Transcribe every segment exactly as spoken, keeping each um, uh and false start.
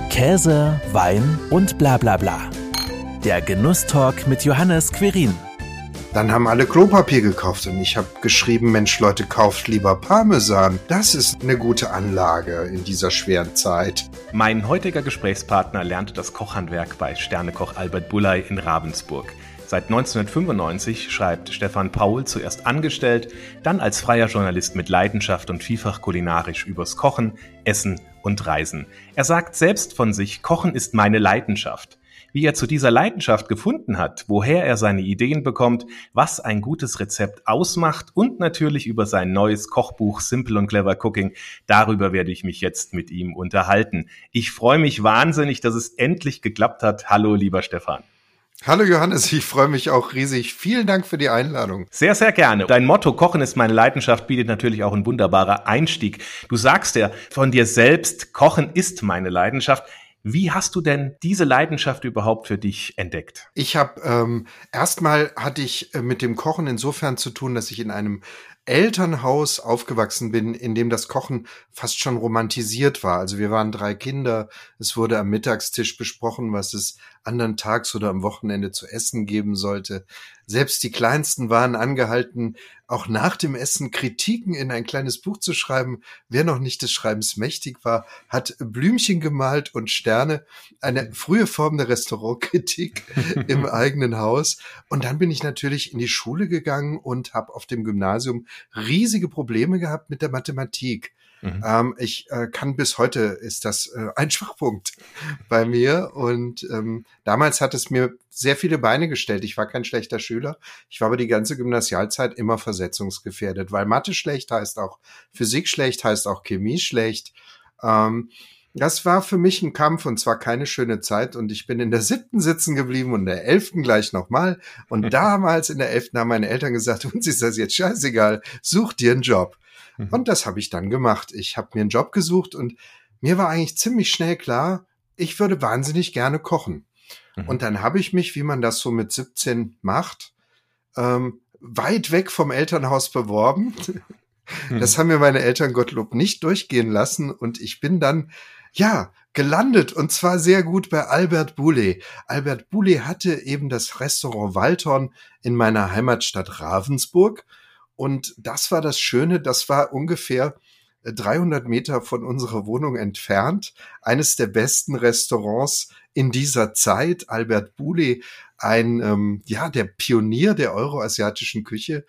Käse, Wein und bla bla bla. Der Genusstalk mit Johannes Querin. Dann haben alle Klopapier gekauft und ich habe geschrieben, Mensch Leute, kauft lieber Parmesan. Das ist eine gute Anlage in dieser schweren Zeit. Mein heutiger Gesprächspartner lernte das Kochhandwerk bei Sternekoch Albert Bulley in Ravensburg. Seit neunzehnhundertfünfundneunzig schreibt Stefan Paul zuerst angestellt, dann als freier Journalist mit Leidenschaft und vielfach kulinarisch übers Kochen, Essen und Reisen. Er sagt selbst von sich, Kochen ist meine Leidenschaft. Wie er zu dieser Leidenschaft gefunden hat, woher er seine Ideen bekommt, was ein gutes Rezept ausmacht und natürlich über sein neues Kochbuch Simple und Clever Cooking, darüber werde ich mich jetzt mit ihm unterhalten. Ich freue mich wahnsinnig, dass es endlich geklappt hat. Hallo, lieber Stefan. Hallo Johannes, ich freue mich auch riesig. Vielen Dank für die Einladung. Sehr, sehr gerne. Dein Motto Kochen ist meine Leidenschaft bietet natürlich auch ein wunderbarer Einstieg. Du sagst ja von dir selbst, Kochen ist meine Leidenschaft. Wie hast du denn diese Leidenschaft überhaupt für dich entdeckt? Ich habe ähm, erstmal hatte ich äh, mit dem Kochen insofern zu tun, dass ich in einem Elternhaus aufgewachsen bin, in dem das Kochen fast schon romantisiert war. Also wir waren drei Kinder, es wurde am Mittagstisch besprochen, was es andern Tags oder am Wochenende zu essen geben sollte. Selbst die Kleinsten waren angehalten, auch nach dem Essen Kritiken in ein kleines Buch zu schreiben. Wer noch nicht des Schreibens mächtig war, hat Blümchen gemalt und Sterne, eine frühe Form der Restaurantkritik im eigenen Haus. Und dann bin ich natürlich in die Schule gegangen und habe auf dem Gymnasium riesige Probleme gehabt mit der Mathematik. Mhm. Ähm, ich äh, kann bis heute, ist das äh, ein Schwachpunkt bei mir. Und ähm, damals hat es mir sehr viele Beine gestellt. Ich war kein schlechter Schüler. Ich war aber die ganze Gymnasialzeit immer versetzungsgefährdet, weil Mathe schlecht heißt auch Physik schlecht, heißt auch Chemie schlecht. Ähm, das war für mich ein Kampf und zwar keine schöne Zeit. Und ich bin in der siebten sitzen geblieben und in der elften gleich nochmal. Und damals in der elften haben meine Eltern gesagt, uns ist das jetzt scheißegal, such dir einen Job. Und das habe ich dann gemacht. Ich habe mir einen Job gesucht und mir war eigentlich ziemlich schnell klar, ich würde wahnsinnig gerne kochen. Mhm. Und dann habe ich mich, wie man das so mit siebzehn macht, ähm, weit weg vom Elternhaus beworben. Mhm. Das haben mir meine Eltern Gottlob nicht durchgehen lassen und ich bin dann, ja, gelandet und zwar sehr gut bei Albert Bulley. Albert Bulley hatte eben das Restaurant Waldhorn in meiner Heimatstadt Ravensburg. Und das war das Schöne, das war ungefähr dreihundert Meter von unserer Wohnung entfernt. Eines der besten Restaurants in dieser Zeit. Albert Bulley, ein, ähm, ja, der Pionier der euroasiatischen Küche.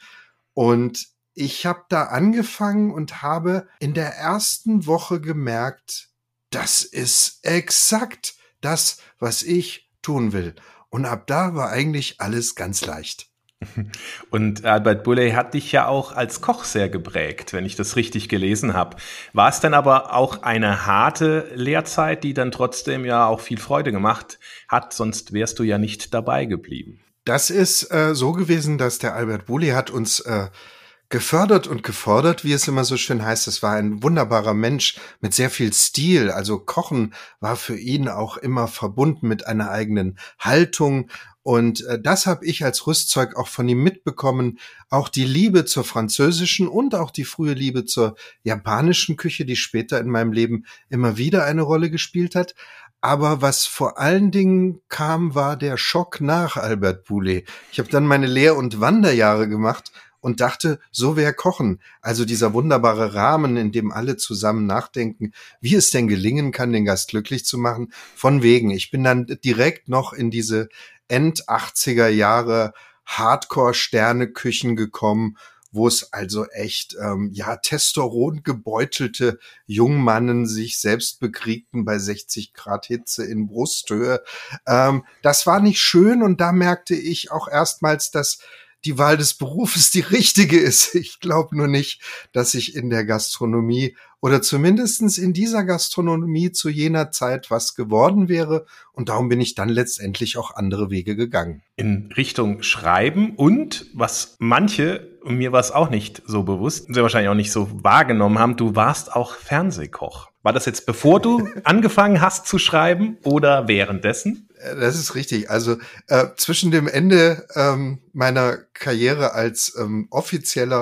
Und ich habe da angefangen und habe in der ersten Woche gemerkt, das ist exakt das, was ich tun will. Und ab da war eigentlich alles ganz leicht. Und Albert Bulley hat dich ja auch als Koch sehr geprägt, wenn ich das richtig gelesen habe. War es dann aber auch eine harte Lehrzeit, die dann trotzdem ja auch viel Freude gemacht hat, sonst wärst du ja nicht dabei geblieben? Das ist äh, so gewesen, dass der Albert Bulley hat uns äh, gefördert und gefordert, wie es immer so schön heißt. Es war ein wunderbarer Mensch mit sehr viel Stil. Also Kochen war für ihn auch immer verbunden mit einer eigenen Haltung. Und äh, das habe ich als Rüstzeug auch von ihm mitbekommen. Auch die Liebe zur französischen und auch die frühe Liebe zur japanischen Küche, die später in meinem Leben immer wieder eine Rolle gespielt hat. Aber was vor allen Dingen kam, war der Schock nach Albert Bulley. Ich habe dann meine Lehr- und Wanderjahre gemacht und dachte, so wäre Kochen. Also dieser wunderbare Rahmen, in dem alle zusammen nachdenken, wie es denn gelingen kann, den Gast glücklich zu machen. Von wegen. Ich bin dann direkt noch in diese End-achtziger Jahre Hardcore-Sterneküchen gekommen, wo es also echt, ähm, ja, Testosteron gebeutelte Jungmannen sich selbst bekriegten bei sechzig Grad Hitze in Brusthöhe. Ähm, das war nicht schön und da merkte ich auch erstmals, dass die Wahl des Berufes die richtige ist. Ich glaube nur nicht, dass ich in der Gastronomie oder zumindestens in dieser Gastronomie zu jener Zeit was geworden wäre. Und darum bin ich dann letztendlich auch andere Wege gegangen. In Richtung Schreiben und, was manche, und mir war es auch nicht so bewusst, sehr wahrscheinlich auch nicht so wahrgenommen haben, du warst auch Fernsehkoch. War das jetzt bevor du angefangen hast zu schreiben oder währenddessen? Das ist richtig. Also äh, zwischen dem Ende ähm, meiner Karriere als ähm, offizieller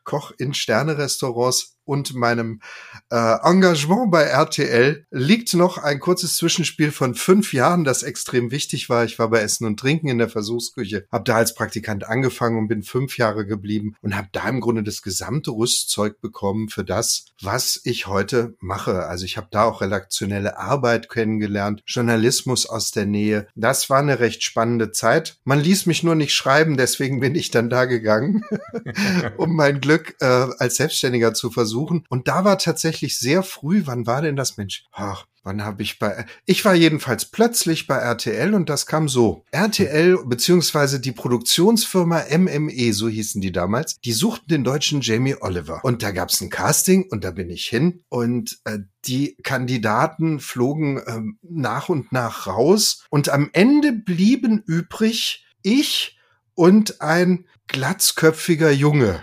Koch in Sterne-Restaurants und meinem äh, Engagement bei R T L liegt noch ein kurzes Zwischenspiel von fünf Jahren, das extrem wichtig war. Ich war bei Essen und Trinken in der Versuchsküche, habe da als Praktikant angefangen und bin fünf Jahre geblieben und habe da im Grunde das gesamte Rüstzeug bekommen für das, was ich heute mache. Also ich habe da auch redaktionelle Arbeit kennengelernt, Journalismus aus der Nähe. Das war eine recht spannende Zeit. Man ließ mich nur nicht schreiben, deswegen bin ich dann da gegangen, um mein Glück äh, als Selbstständiger zu versuchen. Und da war tatsächlich sehr früh, wann war denn das, Mensch? Ach, wann habe ich bei, ich war jedenfalls plötzlich bei R T L und das kam so. R T L beziehungsweise die Produktionsfirma M M E, so hießen die damals, die suchten den deutschen Jamie Oliver. Und da gab's ein Casting und da bin ich hin und äh, die Kandidaten flogen ähm, nach und nach raus und am Ende blieben übrig ich und ein glatzköpfiger Junge.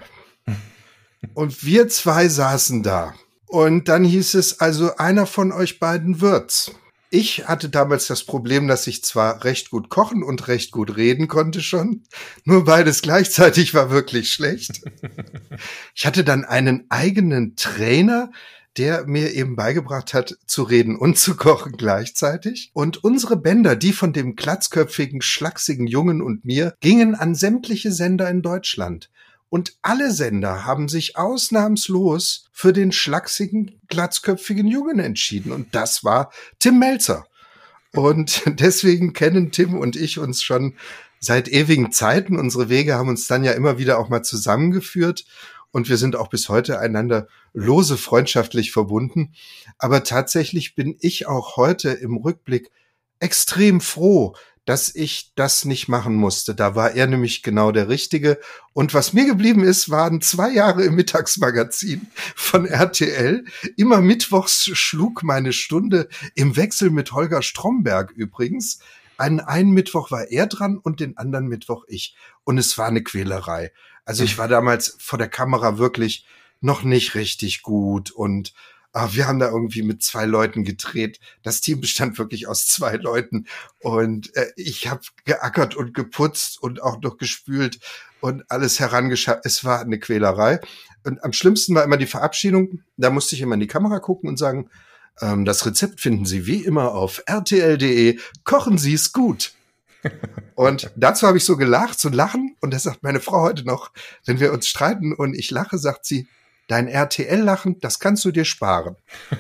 Und wir zwei saßen da. Und dann hieß es, also einer von euch beiden wird's. Ich hatte damals das Problem, dass ich zwar recht gut kochen und recht gut reden konnte schon, nur beides gleichzeitig war wirklich schlecht. Ich hatte dann einen eigenen Trainer, der mir eben beigebracht hat, zu reden und zu kochen gleichzeitig. Und unsere Bänder, die von dem glatzköpfigen, schlachsigen Jungen und mir, gingen an sämtliche Sender in Deutschland. Und alle Sender haben sich ausnahmslos für den schlachsigen, glatzköpfigen Jungen entschieden. Und das war Tim Melzer. Und deswegen kennen Tim und ich uns schon seit ewigen Zeiten. Unsere Wege haben uns dann ja immer wieder auch mal zusammengeführt. Und wir sind auch bis heute einander lose freundschaftlich verbunden. Aber tatsächlich bin ich auch heute im Rückblick extrem froh, dass ich das nicht machen musste. Da war er nämlich genau der Richtige. Und was mir geblieben ist, waren zwei Jahre im Mittagsmagazin von R T L. Immer mittwochs schlug meine Stunde im Wechsel mit Holger Stromberg übrigens. Einen, einen Mittwoch war er dran und den anderen Mittwoch ich. Und es war eine Quälerei. Also ich war damals vor der Kamera wirklich noch nicht richtig gut und aber wir haben da irgendwie mit zwei Leuten gedreht. Das Team bestand wirklich aus zwei Leuten. Und äh, ich habe geackert und geputzt und auch noch gespült und alles herangeschafft. Es war eine Quälerei. Und am schlimmsten war immer die Verabschiedung. Da musste ich immer in die Kamera gucken und sagen, ähm, das Rezept finden Sie wie immer auf R T L punkt de. Kochen Sie es gut. Und dazu habe ich so gelacht, so lachen. Und das sagt meine Frau heute noch, wenn wir uns streiten und ich lache, sagt sie, dein R T L-Lachen, das kannst du dir sparen.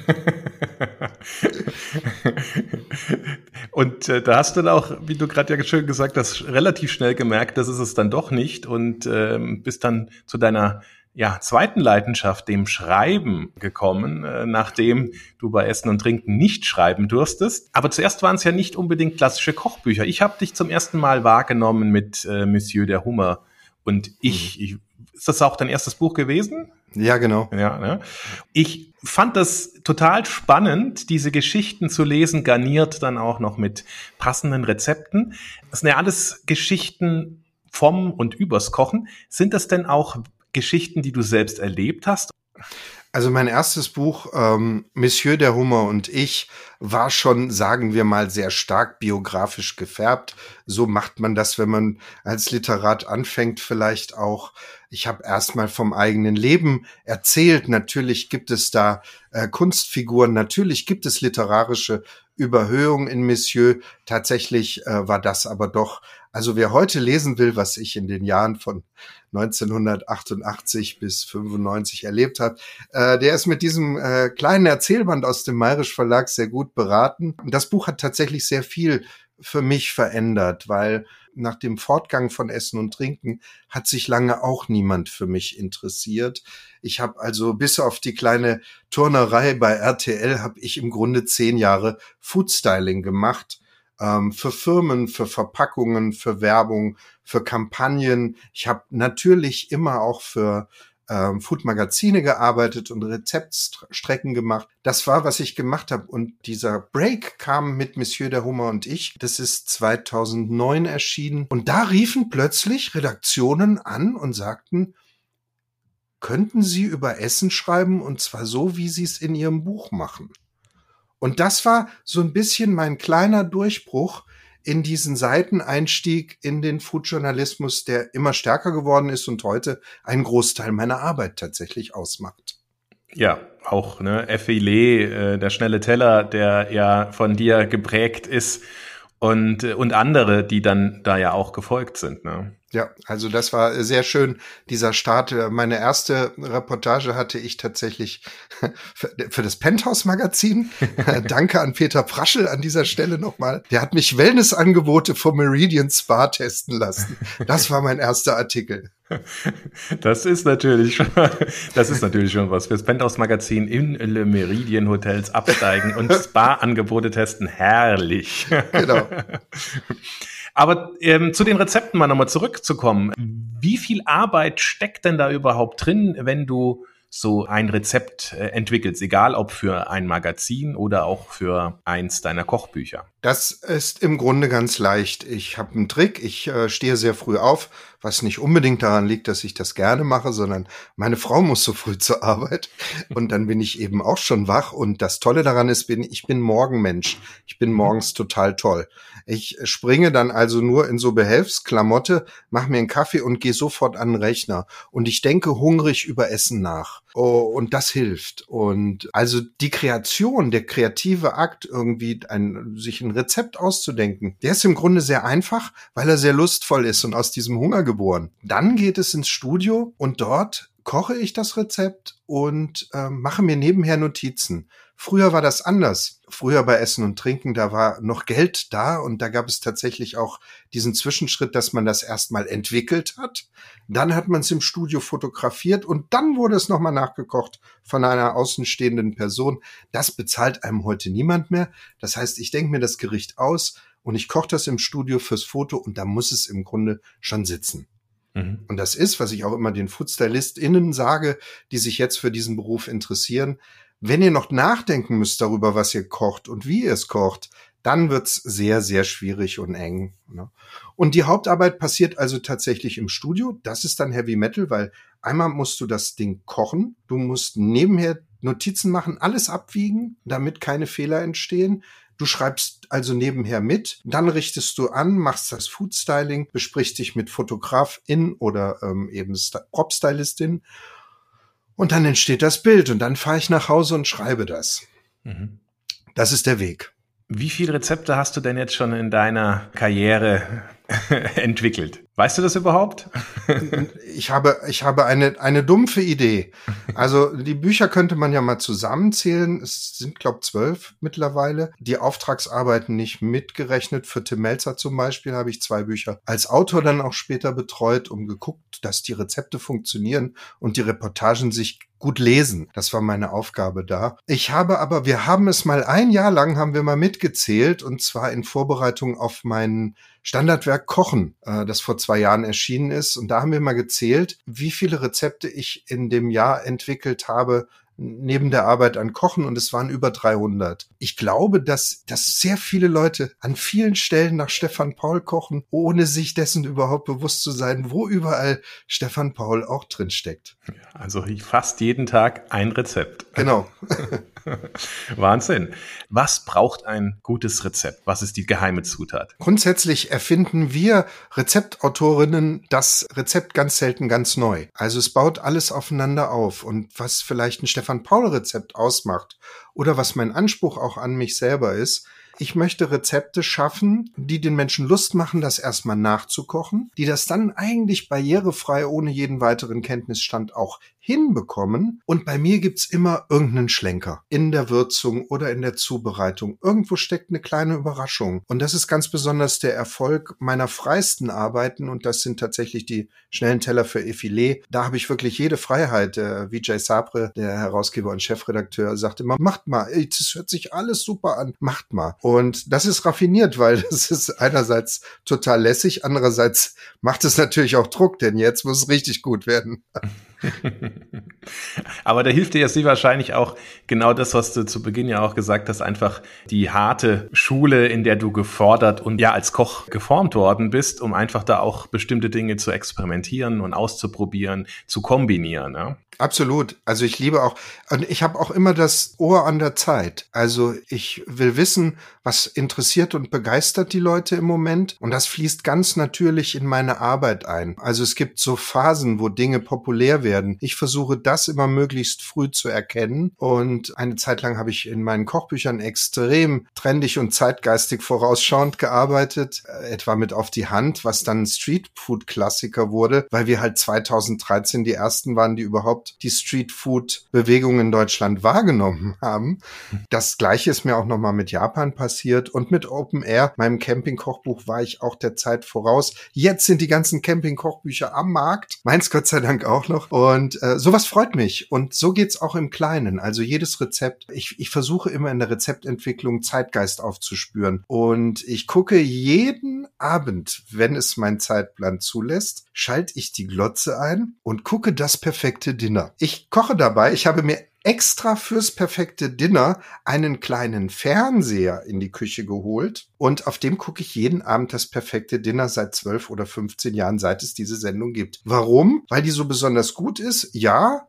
Und äh, da hast du dann auch, wie du gerade ja schön gesagt hast, relativ schnell gemerkt, das ist es dann doch nicht und ähm, bist dann zu deiner ja, zweiten Leidenschaft, dem Schreiben, gekommen, äh, nachdem du bei Essen und Trinken nicht schreiben durstest. Aber zuerst waren es ja nicht unbedingt klassische Kochbücher. Ich habe dich zum ersten Mal wahrgenommen mit äh, Monsieur der Hummer und ich, mhm. ich. Ist das auch dein erstes Buch gewesen? Ja, genau. Ja, ne? Ich fand das total spannend, diese Geschichten zu lesen, garniert dann auch noch mit passenden Rezepten. Das sind ja alles Geschichten vom und übers Kochen. Sind das denn auch Geschichten, die du selbst erlebt hast? Also mein erstes Buch, ähm, Monsieur der Hummer und ich, war schon, sagen wir mal, sehr stark biografisch gefärbt. So macht man das, wenn man als Literat anfängt, vielleicht auch. Ich habe erstmal vom eigenen Leben erzählt. Natürlich gibt es da äh, Kunstfiguren, natürlich gibt es literarische Überhöhung in Monsieur. Tatsächlich äh, war das aber doch, also wer heute lesen will, was ich in den Jahren von neunzehnhundertachtundachtzig bis fünfundneunzig erlebt habe, äh, der ist mit diesem äh, kleinen Erzählband aus dem Mayrisch Verlag sehr gut beraten. Das Buch hat tatsächlich sehr viel für mich verändert, weil nach dem Fortgang von Essen und Trinken hat sich lange auch niemand für mich interessiert. Ich habe also bis auf die kleine Turnerei bei R T L habe ich im Grunde zehn Jahre Foodstyling gemacht. Ähm, für Firmen, für Verpackungen, für Werbung, für Kampagnen. Ich habe natürlich immer auch für ähm, Food-Magazine gearbeitet und Rezeptstrecken gemacht. Das war, was ich gemacht habe. Und dieser Break kam mit Monsieur der Hummer und ich. Das ist zweitausendneun erschienen. Und da riefen plötzlich Redaktionen an und sagten, könnten Sie über Essen schreiben und zwar so, wie Sie es in Ihrem Buch machen. Und das war so ein bisschen mein kleiner Durchbruch in diesen Seiteneinstieg in den Foodjournalismus, der immer stärker geworden ist und heute einen Großteil meiner Arbeit tatsächlich ausmacht. Ja, auch ne, Filet, äh, der schnelle Teller, der ja von dir geprägt ist und und andere, die dann da ja auch gefolgt sind, ne? Ja, also das war sehr schön, dieser Start. Meine erste Reportage hatte ich tatsächlich für, für das Penthouse-Magazin. Danke an Peter Praschel an dieser Stelle nochmal. Der hat mich Wellnessangebote vom Meridian Spa testen lassen. Das war mein erster Artikel. Das ist natürlich schon, das ist natürlich schon was fürs Penthouse-Magazin in Le Meridian Hotels absteigen und Spa-Angebote testen. Herrlich. Genau. Aber ähm, zu den Rezepten mal nochmal zurückzukommen. Wie viel Arbeit steckt denn da überhaupt drin, wenn du so ein Rezept äh, entwickelst, egal ob für ein Magazin oder auch für eins deiner Kochbücher? Das ist im Grunde ganz leicht. Ich habe einen Trick, ich äh, stehe sehr früh auf, was nicht unbedingt daran liegt, dass ich das gerne mache, sondern meine Frau muss so früh zur Arbeit und dann bin ich eben auch schon wach und das Tolle daran ist, bin, ich bin Morgenmensch. Ich bin morgens total toll. Ich springe dann also nur in so Behelfsklamotte, mache mir einen Kaffee und gehe sofort an den Rechner und ich denke hungrig über Essen nach. Oh, und das hilft. Und also die Kreation, der kreative Akt, irgendwie ein, sich ein Rezept auszudenken, der ist im Grunde sehr einfach, weil er sehr lustvoll ist und aus diesem Hunger geboren. Dann geht es ins Studio und dort koche ich das Rezept und äh, mache mir nebenher Notizen. Früher war das anders. Früher bei Essen und Trinken, da war noch Geld da und da gab es tatsächlich auch diesen Zwischenschritt, dass man das erstmal entwickelt hat. Dann hat man es im Studio fotografiert und dann wurde es nochmal nachgekocht von einer außenstehenden Person. Das bezahlt einem heute niemand mehr. Das heißt, ich denke mir das Gericht aus und ich koche das im Studio fürs Foto und da muss es im Grunde schon sitzen. Mhm. Und das ist, was ich auch immer den FoodstylistInnen sage, die sich jetzt für diesen Beruf interessieren: Wenn ihr noch nachdenken müsst darüber, was ihr kocht und wie ihr es kocht, dann wird's sehr, sehr schwierig und eng. Ne? Und die Hauptarbeit passiert also tatsächlich im Studio. Das ist dann Heavy Metal, weil einmal musst du das Ding kochen, du musst nebenher Notizen machen, alles abwiegen, damit keine Fehler entstehen. Du schreibst also nebenher mit, dann richtest du an, machst das Foodstyling, besprichst dich mit Fotografin oder ähm, eben Prop-Stylistin. Und dann entsteht das Bild und dann fahre ich nach Hause und schreibe das. Mhm. Das ist der Weg. Wie viele Rezepte hast du denn jetzt schon in deiner Karriere entwickelt? Weißt du das überhaupt? Ich habe, ich habe eine, eine dumpfe Idee. Also die Bücher könnte man ja mal zusammenzählen. Es sind, glaube ich, zwölf mittlerweile. Die Auftragsarbeiten nicht mitgerechnet. Für Tim Melzer zum Beispiel habe ich zwei Bücher als Autor dann auch später betreut, um geguckt, dass die Rezepte funktionieren und die Reportagen sich gut lesen. Das war meine Aufgabe da. Ich habe aber, wir haben es mal ein Jahr lang, haben wir mal mitgezählt und zwar in Vorbereitung auf mein Standardwerk Kochen, das vor zwei Jahren erschienen ist. Und da haben wir mal gezählt, wie viele Rezepte ich in dem Jahr entwickelt habe, neben der Arbeit an Kochen, und es waren über dreihundert. Ich glaube, dass, dass sehr viele Leute an vielen Stellen nach Stefan Paul kochen, ohne sich dessen überhaupt bewusst zu sein, wo überall Stefan Paul auch drin steckt. Also fast jeden Tag ein Rezept. Genau. Wahnsinn. Was braucht ein gutes Rezept? Was ist die geheime Zutat? Grundsätzlich erfinden wir Rezeptautorinnen das Rezept ganz selten ganz neu. Also es baut alles aufeinander auf. Und was vielleicht ein Stefan Paul-Rezept ausmacht oder was mein Anspruch auch an mich selber ist, ich möchte Rezepte schaffen, die den Menschen Lust machen, das erstmal nachzukochen, die das dann eigentlich barrierefrei ohne jeden weiteren Kenntnisstand auch hinbekommen. Und bei mir gibt's immer irgendeinen Schlenker in der Würzung oder in der Zubereitung. Irgendwo steckt eine kleine Überraschung. Und das ist ganz besonders der Erfolg meiner freisten Arbeiten. Und das sind tatsächlich die schnellen Teller für Filet. Da habe ich wirklich jede Freiheit. Der Vijay Sabre, der Herausgeber und Chefredakteur, sagt immer, macht mal. Ey, das hört sich alles super an. Macht mal. Und das ist raffiniert, weil das ist einerseits total lässig, andererseits macht es natürlich auch Druck, denn jetzt muss es richtig gut werden. Aber da hilft dir jetzt sie wahrscheinlich auch genau das, was du zu Beginn ja auch gesagt hast, einfach die harte Schule, in der du gefordert und ja als Koch geformt worden bist, um einfach da auch bestimmte Dinge zu experimentieren und auszuprobieren, zu kombinieren. Ja? Absolut. Also ich liebe auch, und ich habe auch immer das Ohr an der Zeit. Also ich will wissen, was interessiert und begeistert die Leute im Moment. Und das fließt ganz natürlich in meine Arbeit ein. Also es gibt so Phasen, wo Dinge populär werden. Ich versuche das immer möglichst früh zu erkennen. Und eine Zeit lang habe ich in meinen Kochbüchern extrem trendig und zeitgeistig vorausschauend gearbeitet. Etwa mit Auf die Hand, was dann Streetfood-Klassiker wurde, weil wir halt zweitausenddreizehn die ersten waren, die überhaupt die Streetfood-Bewegung in Deutschland wahrgenommen haben. Das Gleiche ist mir auch nochmal mit Japan passiert und mit Open Air, meinem Camping-Kochbuch, war ich auch der Zeit voraus. Jetzt sind die ganzen Camping-Kochbücher am Markt, meins Gott sei Dank auch noch, und äh, sowas freut mich und so geht's auch im Kleinen. Also jedes Rezept, ich, ich versuche immer in der Rezeptentwicklung Zeitgeist aufzuspüren und ich gucke jeden Abend, wenn es mein Zeitplan zulässt, schalte ich die Glotze ein und gucke das perfekte Dinner. Ich koche dabei, ich habe mir extra fürs perfekte Dinner einen kleinen Fernseher in die Küche geholt und auf dem gucke ich jeden Abend das perfekte Dinner seit zwölf oder fünfzehn Jahren, seit es diese Sendung gibt. Warum? Weil die so besonders gut ist? Ja,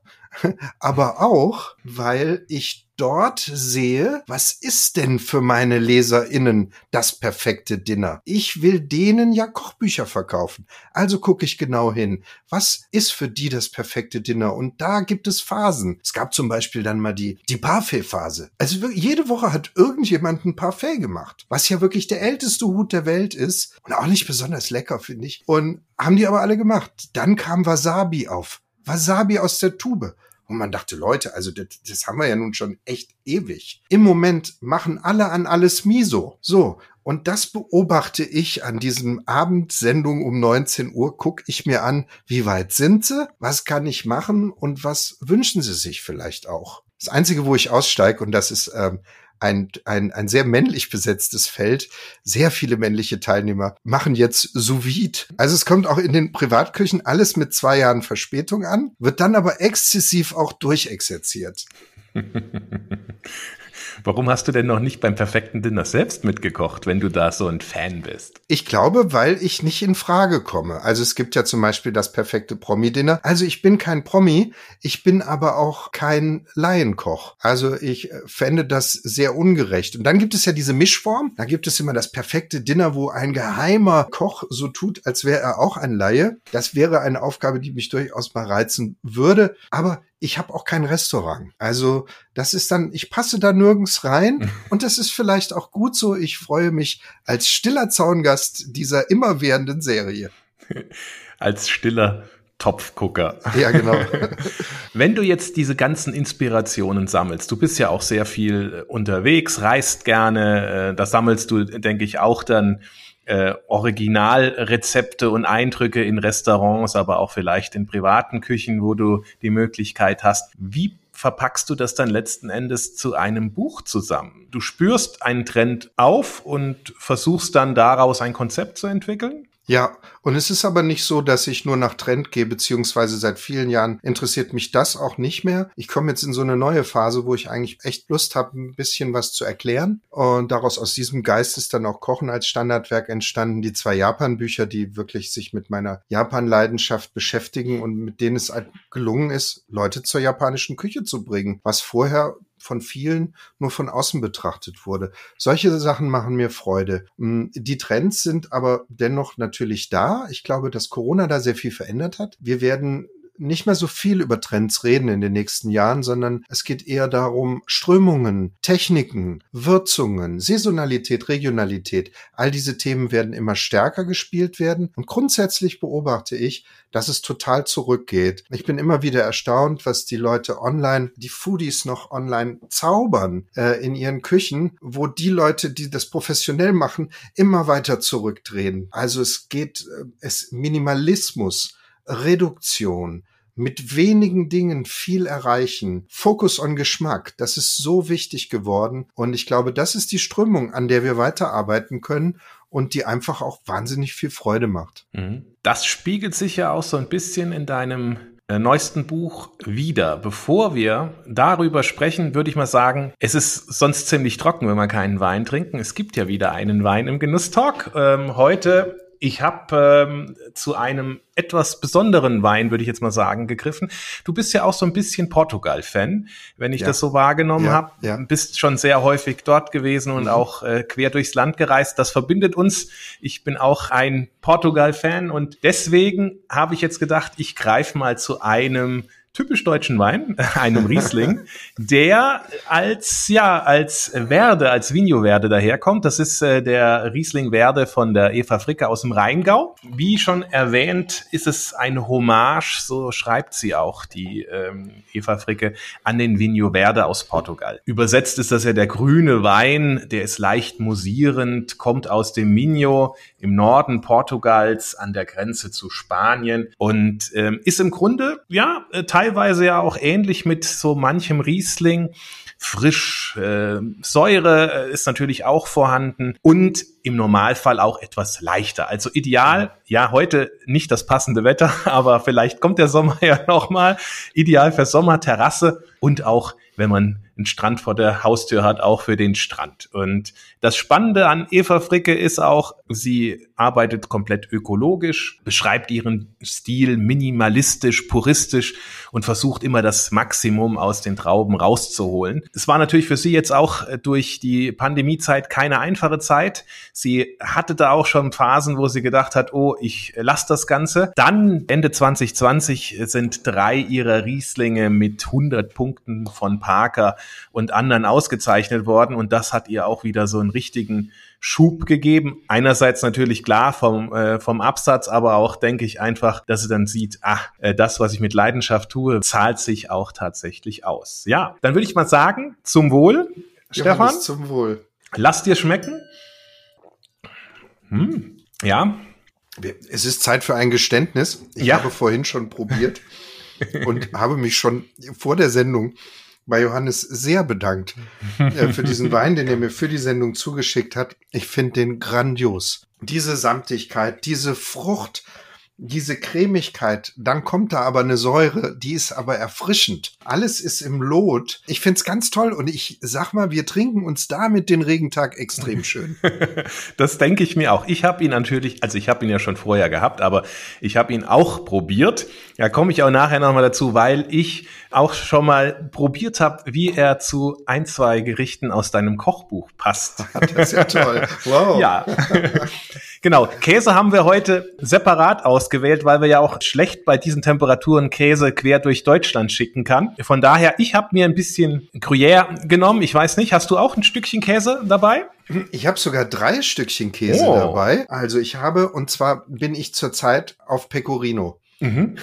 aber auch, weil ich dort sehe, was ist denn für meine LeserInnen das perfekte Dinner? Ich will denen ja Kochbücher verkaufen. Also gucke ich genau hin. Was ist für die das perfekte Dinner? Und da gibt es Phasen. Es gab zum Beispiel dann mal die, die Parfait-Phase. Also wirklich, jede Woche hat irgendjemand ein Parfait gemacht, was ja wirklich der älteste Hut der Welt ist und auch nicht besonders lecker, finde ich. Und haben die aber alle gemacht. Dann kam Wasabi auf. Wasabi aus der Tube. Und man dachte, Leute, also das, das haben wir ja nun schon echt ewig. Im Moment machen alle an alles Miso. So, und das beobachte ich an diesem Abendsendung um neunzehn Uhr, gucke ich mir an, wie weit sind sie, was kann ich machen und was wünschen sie sich vielleicht auch. Das Einzige, wo ich aussteige, und das ist ähm, Ein, ein, ein sehr männlich besetztes Feld. Sehr viele männliche Teilnehmer machen jetzt Sous Vide. Also es kommt auch in den Privatküchen alles mit zwei Jahren Verspätung an, wird dann aber exzessiv auch durchexerziert. Warum hast du denn noch nicht beim perfekten Dinner selbst mitgekocht, wenn du da so ein Fan bist? Ich glaube, weil ich nicht in Frage komme. Also es gibt ja zum Beispiel das perfekte Promi-Dinner. Also ich bin kein Promi, ich bin aber auch kein Laienkoch. Also ich fände das sehr ungerecht. Und dann gibt es ja diese Mischform. Da gibt es immer das perfekte Dinner, wo ein geheimer Koch so tut, als wäre er auch ein Laie. Das wäre eine Aufgabe, die mich durchaus mal reizen würde. Aber ich habe auch kein Restaurant. Also das ist dann, ich passe da nirgends rein und das ist vielleicht auch gut so. Ich freue mich als stiller Zaungast dieser immerwährenden Serie. Als stiller Topfgucker. Ja, genau. Wenn du jetzt diese ganzen Inspirationen sammelst, du bist ja auch sehr viel unterwegs, reist gerne, da sammelst du, denke ich, auch dann Äh, Originalrezepte und Eindrücke in Restaurants, aber auch vielleicht in privaten Küchen, wo du die Möglichkeit hast. Wie verpackst du das dann letzten Endes zu einem Buch zusammen? Du spürst einen Trend auf und versuchst dann daraus ein Konzept zu entwickeln? Ja, und es ist aber nicht so, dass ich nur nach Trend gehe, beziehungsweise seit vielen Jahren interessiert mich das auch nicht mehr. Ich komme jetzt in so eine neue Phase, wo ich eigentlich echt Lust habe, ein bisschen was zu erklären. Und daraus, aus diesem Geist ist dann auch Kochen als Standardwerk entstanden. Die zwei Japan-Bücher, die wirklich sich mit meiner Japan-Leidenschaft beschäftigen und mit denen es halt gelungen ist, Leute zur japanischen Küche zu bringen, was vorher von vielen nur von außen betrachtet wurde. Solche Sachen machen mir Freude. Die Trends sind aber dennoch natürlich da. Ich glaube, dass Corona da sehr viel verändert hat. Wir werden nicht mehr so viel über Trends reden in den nächsten Jahren, sondern es geht eher darum, Strömungen, Techniken, Würzungen, Saisonalität, Regionalität, all diese Themen werden immer stärker gespielt werden. Und grundsätzlich beobachte ich, dass es total zurückgeht. Ich bin immer wieder erstaunt, was die Leute online, die Foodies noch online zaubern äh, in ihren Küchen, wo die Leute, die das professionell machen, immer weiter zurückdrehen. Also es geht, äh, es Minimalismus, Reduktion, mit wenigen Dingen viel erreichen, Fokus on Geschmack, das ist so wichtig geworden und ich glaube, das ist die Strömung, an der wir weiterarbeiten können und die einfach auch wahnsinnig viel Freude macht. Das spiegelt sich ja auch so ein bisschen in deinem äh, neuesten Buch wieder. Bevor wir darüber sprechen, würde ich mal sagen, es ist sonst ziemlich trocken, wenn wir keinen Wein trinken. Es gibt ja wieder einen Wein im Genusstalk. Ähm, heute Ich habe ähm, zu einem etwas besonderen Wein, würde ich jetzt mal sagen, gegriffen. Du bist ja auch so ein bisschen Portugal-Fan, wenn ich ja. das so wahrgenommen ja, habe. Ja. Bist schon sehr häufig dort gewesen und mhm. auch äh, quer durchs Land gereist. Das verbindet uns. Ich bin auch ein Portugal-Fan und deswegen habe ich jetzt gedacht, ich greife mal zu einem typisch deutschen Wein, einem Riesling, der als ja als Verde, als Vinho Verde daherkommt. Das ist äh, der Riesling Verde von der Eva Fricke aus dem Rheingau. Wie schon erwähnt, ist es eine Hommage, so schreibt sie auch, die ähm, Eva Fricke, an den Vinho Verde aus Portugal. Übersetzt ist das ja der grüne Wein, der ist leicht musierend, kommt aus dem Minho im Norden Portugals an der Grenze zu Spanien und ähm, ist im Grunde ja äh, teilweise ja auch ähnlich mit so manchem Riesling. Frisch, äh, Säure ist natürlich auch vorhanden und im Normalfall auch etwas leichter. Also ideal, ja, heute nicht das passende Wetter, aber vielleicht kommt der Sommer ja nochmal. Ideal für Sommerterrasse und auch, wenn man einen Strand vor der Haustür hat, auch für den Strand. Und das Spannende an Eva Fricke ist auch, sie arbeitet komplett ökologisch, beschreibt ihren Stil minimalistisch, puristisch und versucht immer das Maximum aus den Trauben rauszuholen. Es war natürlich für sie jetzt auch durch die Pandemiezeit keine einfache Zeit. Sie hatte da auch schon Phasen, wo sie gedacht hat, oh, ich lasse das Ganze. Dann Ende zwanzig zwanzig sind drei ihrer Rieslinge mit hundert Punkten von Parker und anderen ausgezeichnet worden und das hat ihr auch wieder so einen richtigen Schub gegeben. Einerseits natürlich klar vom äh, vom Absatz, aber auch denke ich einfach, dass sie dann sieht, ach, äh, das, was ich mit Leidenschaft tue, zahlt sich auch tatsächlich aus. Ja, dann würde ich mal sagen, zum Wohl, Stefan. Johannes, zum Wohl. Lass dir schmecken. Hm, ja. Es ist Zeit für ein Geständnis. Ich ja. habe vorhin schon probiert und habe mich schon vor der Sendung bei Johannes sehr bedankt äh, für diesen Wein, den er mir für die Sendung zugeschickt hat. Ich finde den grandios. Diese Samtigkeit, diese Frucht, diese Cremigkeit, dann kommt da aber eine Säure, die ist aber erfrischend. Alles ist im Lot. Ich find's ganz toll und ich sag mal, wir trinken uns damit den Regentag extrem schön. Das denke ich mir auch. Ich habe ihn natürlich, also ich habe ihn ja schon vorher gehabt, aber ich habe ihn auch probiert. Da komme ich auch nachher nochmal dazu, weil ich auch schon mal probiert habe, wie er zu ein, zwei Gerichten aus deinem Kochbuch passt. Das ist ja toll. Wow. Ja. Genau, Käse haben wir heute separat ausgewählt, weil wir ja auch schlecht bei diesen Temperaturen Käse quer durch Deutschland schicken kann. Von daher, ich habe mir ein bisschen Gruyère genommen. Ich weiß nicht, hast du auch ein Stückchen Käse dabei? Ich habe sogar drei Stückchen Käse oh. dabei. Also ich habe, und zwar bin ich zurzeit auf Pecorino. Mhm.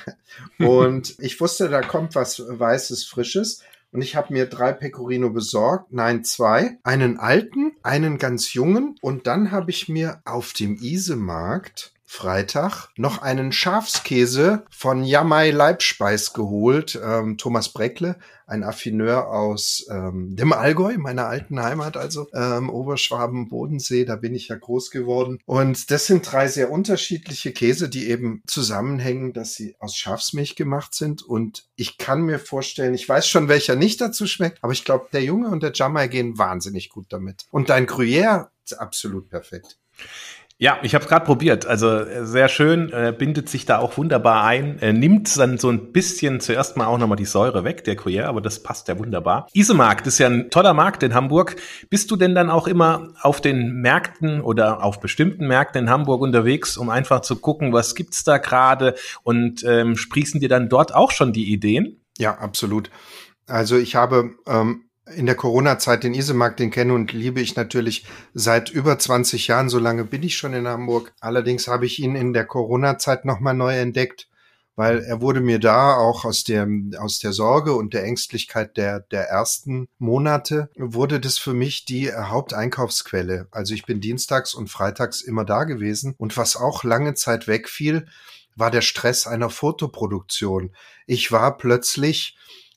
Und ich wusste, da kommt was Weißes, Frisches. Und ich habe mir drei Pecorino besorgt, nein, zwei. Einen alten, einen ganz jungen. Und dann habe ich mir auf dem Isemarkt Freitag noch einen Schafskäse von Jamai Leibspeis geholt. Ähm, Thomas Breckle, ein Affineur aus ähm, dem Allgäu, meiner alten Heimat, also ähm, Oberschwaben, Bodensee, da bin ich ja groß geworden. Und das sind drei sehr unterschiedliche Käse, die eben zusammenhängen, dass sie aus Schafsmilch gemacht sind. Und ich kann mir vorstellen, ich weiß schon, welcher nicht dazu schmeckt, aber ich glaube, der Junge und der Jamai gehen wahnsinnig gut damit. Und dein Gruyère ist absolut perfekt. Ja, ich habe es gerade probiert. Also sehr schön, äh, bindet sich da auch wunderbar ein, äh, nimmt dann so ein bisschen zuerst mal auch nochmal die Säure weg, der Gruyère, aber das passt ja wunderbar. Isemarkt ist ja ein toller Markt in Hamburg. Bist du denn dann auch immer auf den Märkten oder auf bestimmten Märkten in Hamburg unterwegs, um einfach zu gucken, was gibt's da gerade und ähm, sprießen dir dann dort auch schon die Ideen? Ja, absolut. Also ich habe ähm, in der Corona-Zeit den Isemarkt, den kenne und liebe ich natürlich seit über zwanzig Jahren. So lange bin ich schon in Hamburg. Allerdings habe ich ihn in der Corona-Zeit nochmal neu entdeckt, weil er wurde mir da auch aus der, aus der Sorge und der Ängstlichkeit der, der ersten Monate, wurde das für mich die Haupteinkaufsquelle. Also ich bin dienstags und freitags immer da gewesen. Und was auch lange Zeit wegfiel, war der Stress einer Fotoproduktion. Ich war plötzlich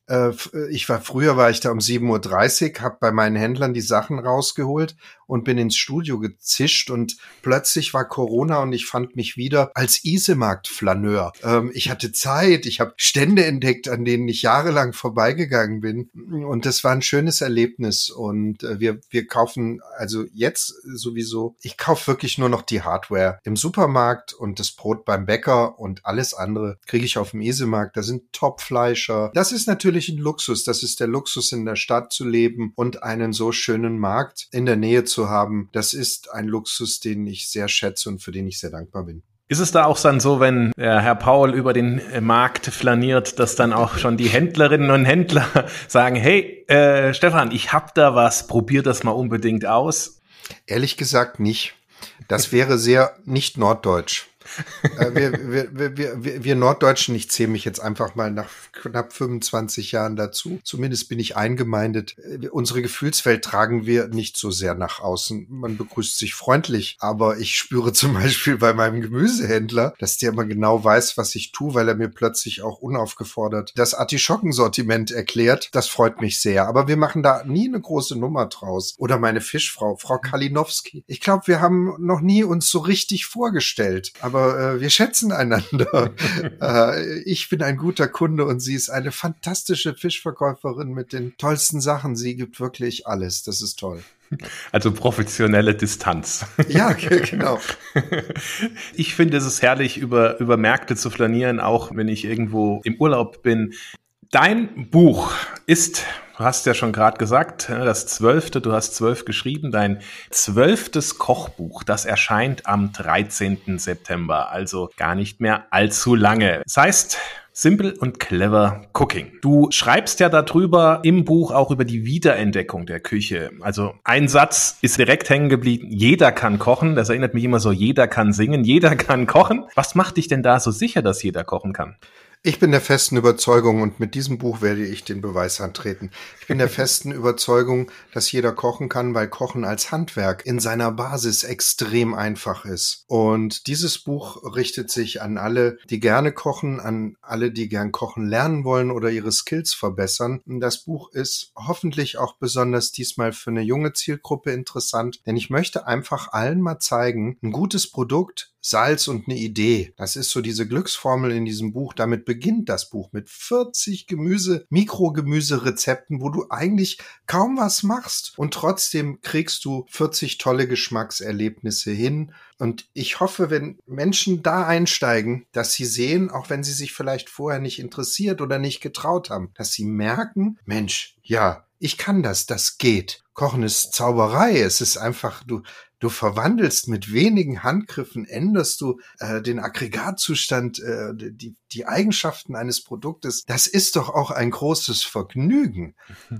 Äh, ich war früher war ich da um sieben Uhr dreißig, habe bei meinen Händlern die Sachen rausgeholt und bin ins Studio gezischt und plötzlich war Corona und ich fand mich wieder als Isemarkt-Flaneur. Ähm, ich hatte Zeit, ich habe Stände entdeckt, an denen ich jahrelang vorbeigegangen bin und das war ein schönes Erlebnis und äh, wir wir kaufen also jetzt sowieso, ich kaufe wirklich nur noch die Hardware im Supermarkt und das Brot beim Bäcker und alles andere kriege ich auf dem Isemarkt. Da sind Topfleischer. Das ist natürlich ein Luxus, das ist der Luxus, in der Stadt zu leben und einen so schönen Markt in der Nähe zu haben, das ist ein Luxus, den ich sehr schätze und für den ich sehr dankbar bin. Ist es da auch dann so, wenn äh, Herr Paul über den äh, Markt flaniert, dass dann auch schon die Händlerinnen und Händler sagen, hey, äh, Stefan, ich hab da was, probier das mal unbedingt aus? Ehrlich gesagt nicht. Das wäre sehr nicht norddeutsch. äh, wir, wir, wir, wir, wir Norddeutschen, ich zähle mich jetzt einfach mal nach knapp fünfundzwanzig Jahren dazu, zumindest bin ich eingemeindet, äh, unsere Gefühlswelt tragen wir nicht so sehr nach außen. Man begrüßt sich freundlich, aber ich spüre zum Beispiel bei meinem Gemüsehändler, dass der immer genau weiß, was ich tue, weil er mir plötzlich auch unaufgefordert das Artischockensortiment erklärt. Das freut mich sehr, aber wir machen da nie eine große Nummer draus. Oder meine Fischfrau, Frau Kalinowski. Ich glaube, wir haben noch nie uns so richtig vorgestellt, aber Aber äh, wir schätzen einander. äh, ich bin ein guter Kunde und sie ist eine fantastische Fischverkäuferin mit den tollsten Sachen. Sie gibt wirklich alles. Das ist toll. Also professionelle Distanz. Ja, genau. Ich finde, es ist herrlich, über, über Märkte zu flanieren, auch wenn ich irgendwo im Urlaub bin. Dein Buch ist, du hast ja schon gerade gesagt, das zwölfte, du hast zwölf geschrieben, dein zwölftes Kochbuch, das erscheint am dreizehnten September, also gar nicht mehr allzu lange. Das heißt, Simple und Clever Cooking. Du schreibst ja darüber im Buch auch über die Wiederentdeckung der Küche. Also ein Satz ist direkt hängen geblieben, jeder kann kochen. Das erinnert mich immer so, jeder kann singen, jeder kann kochen. Was macht dich denn da so sicher, dass jeder kochen kann? Ich bin der festen Überzeugung, und mit diesem Buch werde ich den Beweis antreten, ich bin der festen Überzeugung, dass jeder kochen kann, weil Kochen als Handwerk in seiner Basis extrem einfach ist. Und dieses Buch richtet sich an alle, die gerne kochen, an alle, die gern kochen lernen wollen oder ihre Skills verbessern. Das Buch ist hoffentlich auch besonders diesmal für eine junge Zielgruppe interessant, denn ich möchte einfach allen mal zeigen, ein gutes Produkt, Salz und eine Idee. Das ist so diese Glücksformel in diesem Buch. Damit beginnt das Buch mit vierzig Gemüse, Mikrogemüserezepten, wo du eigentlich kaum was machst. Und trotzdem kriegst du vierzig tolle Geschmackserlebnisse hin. Und ich hoffe, wenn Menschen da einsteigen, dass sie sehen, auch wenn sie sich vielleicht vorher nicht interessiert oder nicht getraut haben, dass sie merken, Mensch, ja, ich kann das, das geht. Kochen ist Zauberei. Es ist einfach, du Du verwandelst mit wenigen Handgriffen, änderst du äh, den Aggregatzustand, äh, die, die Eigenschaften eines Produktes. Das ist doch auch ein großes Vergnügen.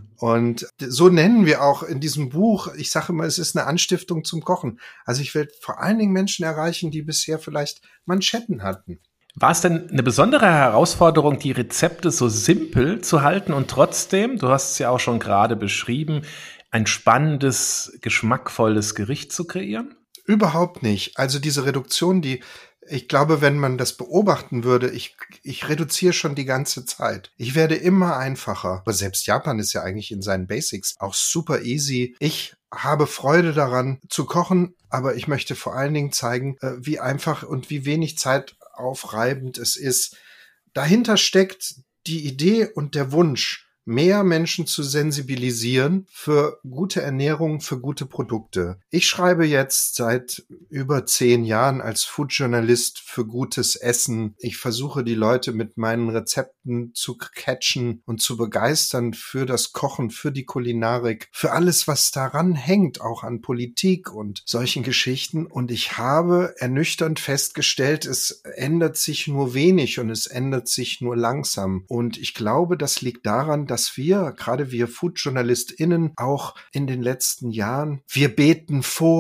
Und so nennen wir auch in diesem Buch, ich sage immer, es ist eine Anstiftung zum Kochen. Also ich will vor allen Dingen Menschen erreichen, die bisher vielleicht Manschetten hatten. War es denn eine besondere Herausforderung, die Rezepte so simpel zu halten und trotzdem, du hast es ja auch schon gerade beschrieben, ein spannendes, geschmackvolles Gericht zu kreieren? Überhaupt nicht. Also diese Reduktion, die, ich glaube, wenn man das beobachten würde, ich, ich reduziere schon die ganze Zeit. Ich werde immer einfacher. Aber selbst Japan ist ja eigentlich in seinen Basics auch super easy. Ich habe Freude daran zu kochen, aber ich möchte vor allen Dingen zeigen, wie einfach und wie wenig zeitaufreibend es ist. Dahinter steckt die Idee und der Wunsch, mehr Menschen zu sensibilisieren für gute Ernährung, für gute Produkte. Ich schreibe jetzt seit über zehn Jahren als Foodjournalist für gutes Essen. Ich versuche, die Leute mit meinen Rezepten zu catchen und zu begeistern für das Kochen, für die Kulinarik, für alles, was daran hängt, auch an Politik und solchen Geschichten. Und ich habe ernüchternd festgestellt, es ändert sich nur wenig und es ändert sich nur langsam. Und ich glaube, das liegt daran, dass dass wir, gerade wir FoodjournalistInnen, auch in den letzten Jahren, wir beten vor,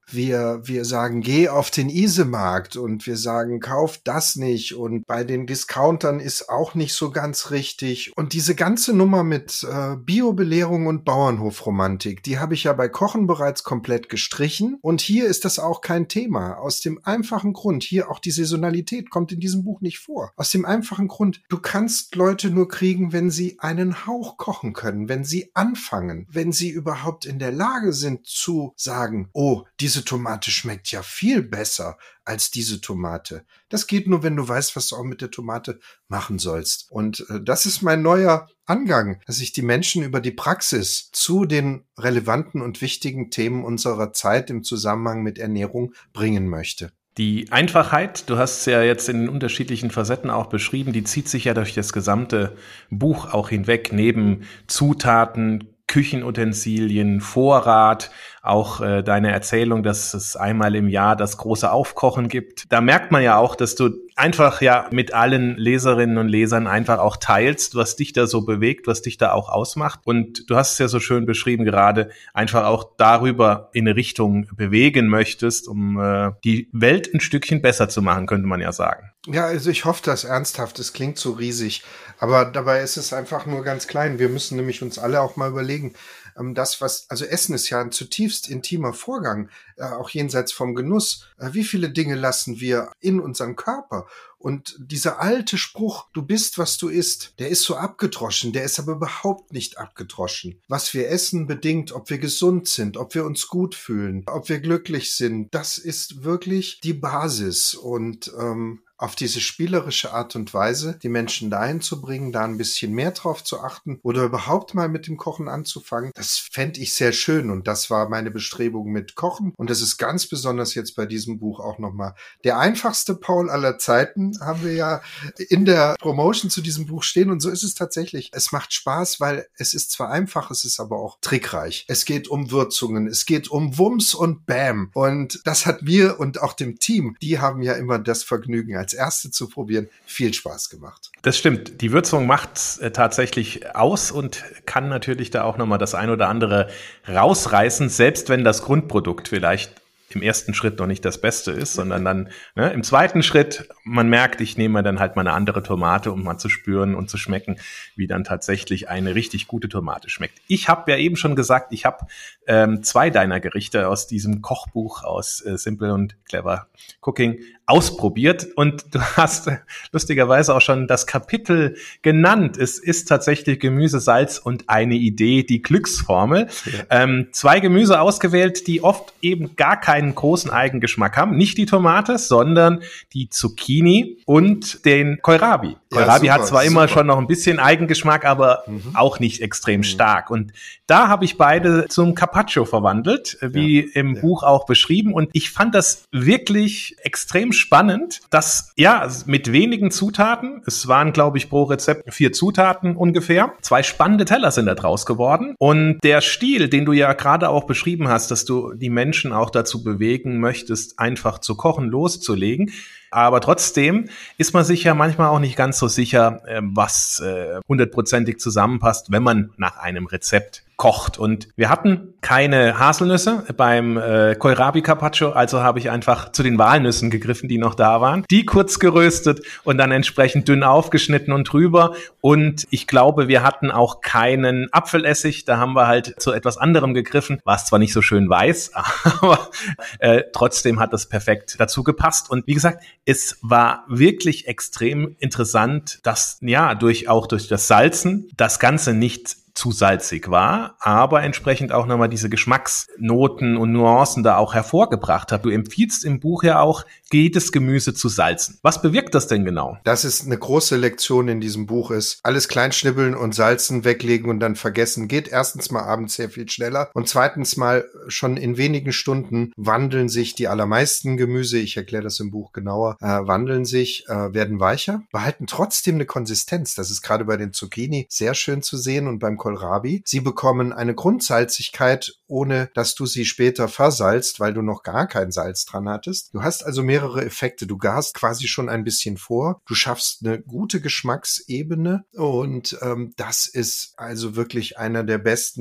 Wir, wir sagen, geh auf den Isemarkt und wir sagen, kauf das nicht und bei den Discountern ist auch nicht so ganz richtig. Und diese ganze Nummer mit äh, Biobelehrung und Bauernhofromantik, die habe ich ja bei Kochen bereits komplett gestrichen und hier ist das auch kein Thema. Aus dem einfachen Grund, hier auch die Saisonalität kommt in diesem Buch nicht vor. Aus dem einfachen Grund, du kannst Leute nur kriegen, wenn sie einen Hauch kochen können, wenn sie anfangen, wenn sie überhaupt in der Lage sind zu sagen, oh, diese Tomate schmeckt ja viel besser als diese Tomate. Das geht nur, wenn du weißt, was du auch mit der Tomate machen sollst. Und äh, das ist mein neuer Angang, dass ich die Menschen über die Praxis zu den relevanten und wichtigen Themen unserer Zeit im Zusammenhang mit Ernährung bringen möchte. Die Einfachheit, du hast es ja jetzt in den unterschiedlichen Facetten auch beschrieben, die zieht sich ja durch das gesamte Buch auch hinweg, neben Zutaten, Küchenutensilien, Vorrat, auch äh, deine Erzählung, dass es einmal im Jahr das große Aufkochen gibt. Da merkt man ja auch, dass du einfach ja mit allen Leserinnen und Lesern einfach auch teilst, was dich da so bewegt, was dich da auch ausmacht. Und du hast es ja so schön beschrieben, gerade einfach auch darüber in eine Richtung bewegen möchtest, um äh, die Welt ein Stückchen besser zu machen, könnte man ja sagen. Ja, also ich hoffe das ernsthaft. Es klingt so riesig, aber dabei ist es einfach nur ganz klein. Wir müssen nämlich uns alle auch mal überlegen, das, was, also Essen ist ja ein zutiefst intimer Vorgang, äh, auch jenseits vom Genuss. Äh, wie viele Dinge lassen wir in unseren Körper? Und dieser alte Spruch, du bist, was du isst, der ist so abgedroschen, der ist aber überhaupt nicht abgedroschen. Was wir essen bedingt, ob wir gesund sind, ob wir uns gut fühlen, ob wir glücklich sind, das ist wirklich die Basis. Und ähm, auf diese spielerische Art und Weise die Menschen dahin zu bringen, da ein bisschen mehr drauf zu achten oder überhaupt mal mit dem Kochen anzufangen, das fände ich sehr schön und das war meine Bestrebung mit Kochen und das ist ganz besonders jetzt bei diesem Buch auch nochmal. Der einfachste Paul aller Zeiten haben wir ja in der Promotion zu diesem Buch stehen und so ist es tatsächlich. Es macht Spaß, weil es ist zwar einfach, es ist aber auch trickreich. Es geht um Würzungen, es geht um Wumms und Bam und das hat mir und auch dem Team, die haben ja immer das Vergnügen, als erste zu probieren, viel Spaß gemacht. Das stimmt. Die Würzung macht äh, tatsächlich aus und kann natürlich da auch nochmal das ein oder andere rausreißen, selbst wenn das Grundprodukt vielleicht im ersten Schritt noch nicht das Beste ist, sondern dann ne, im zweiten Schritt, man merkt, ich nehme dann halt mal eine andere Tomate, um mal zu spüren und zu schmecken, wie dann tatsächlich eine richtig gute Tomate schmeckt. Ich habe ja eben schon gesagt, ich habe ähm, zwei deiner Gerichte aus diesem Kochbuch aus äh, Simple und Clever Cooking ausprobiert und du hast äh, lustigerweise auch schon das Kapitel genannt. Es ist tatsächlich Gemüse, Salz und eine Idee, die Glücksformel. Ja. Ähm, zwei Gemüse ausgewählt, die oft eben gar keinen großen Eigengeschmack haben. Nicht die Tomate, sondern die Zucchini und den Kohlrabi. Kohlrabi ja, super, hat zwar super. immer schon noch ein bisschen Eigengeschmack, aber mhm. auch nicht extrem mhm. stark. Und da habe ich beide zum Carpaccio verwandelt, wie ja, im ja. Buch auch beschrieben. Und ich fand das wirklich extrem spannend, dass ja mit wenigen Zutaten, es waren glaube ich pro Rezept vier Zutaten ungefähr, zwei spannende Teller sind da draus geworden. Und der Stil, den du ja gerade auch beschrieben hast, dass du die Menschen auch dazu bewegen möchtest, einfach zu kochen, loszulegen. Aber trotzdem ist man sich ja manchmal auch nicht ganz so sicher, was hundertprozentig zusammenpasst, wenn man nach einem Rezept kocht. Und wir hatten keine Haselnüsse beim äh, Kohlrabi Carpaccio, also habe ich einfach zu den Walnüssen gegriffen, die noch da waren, die kurz geröstet und dann entsprechend dünn aufgeschnitten und drüber. Und ich glaube, wir hatten auch keinen Apfelessig, da haben wir halt zu etwas anderem gegriffen, war es zwar nicht so schön weiß, aber äh, trotzdem hat das perfekt dazu gepasst. Und wie gesagt, es war wirklich extrem interessant, dass ja durch auch durch das Salzen das Ganze nicht zu salzig war, aber entsprechend auch nochmal diese Geschmacksnoten und Nuancen da auch hervorgebracht hat. Du empfiehlst im Buch ja auch, jedes Gemüse zu salzen. Was bewirkt das denn genau? Das ist eine große Lektion in diesem Buch ist, alles kleinschnibbeln und salzen, weglegen und dann vergessen. Geht erstens mal abends sehr viel schneller und zweitens mal schon in wenigen Stunden wandeln sich die allermeisten Gemüse, ich erkläre das im Buch genauer, äh, wandeln sich, äh, werden weicher, behalten trotzdem eine Konsistenz. Das ist gerade bei den Zucchini sehr schön zu sehen und beim Kohlrabi. Sie bekommen eine Grundsalzigkeit, ohne dass du sie später versalzt, weil du noch gar kein Salz dran hattest. Du hast also mehrere Effekte. Du garst quasi schon ein bisschen vor. Du schaffst eine gute Geschmacksebene und ähm, das ist also wirklich einer der besten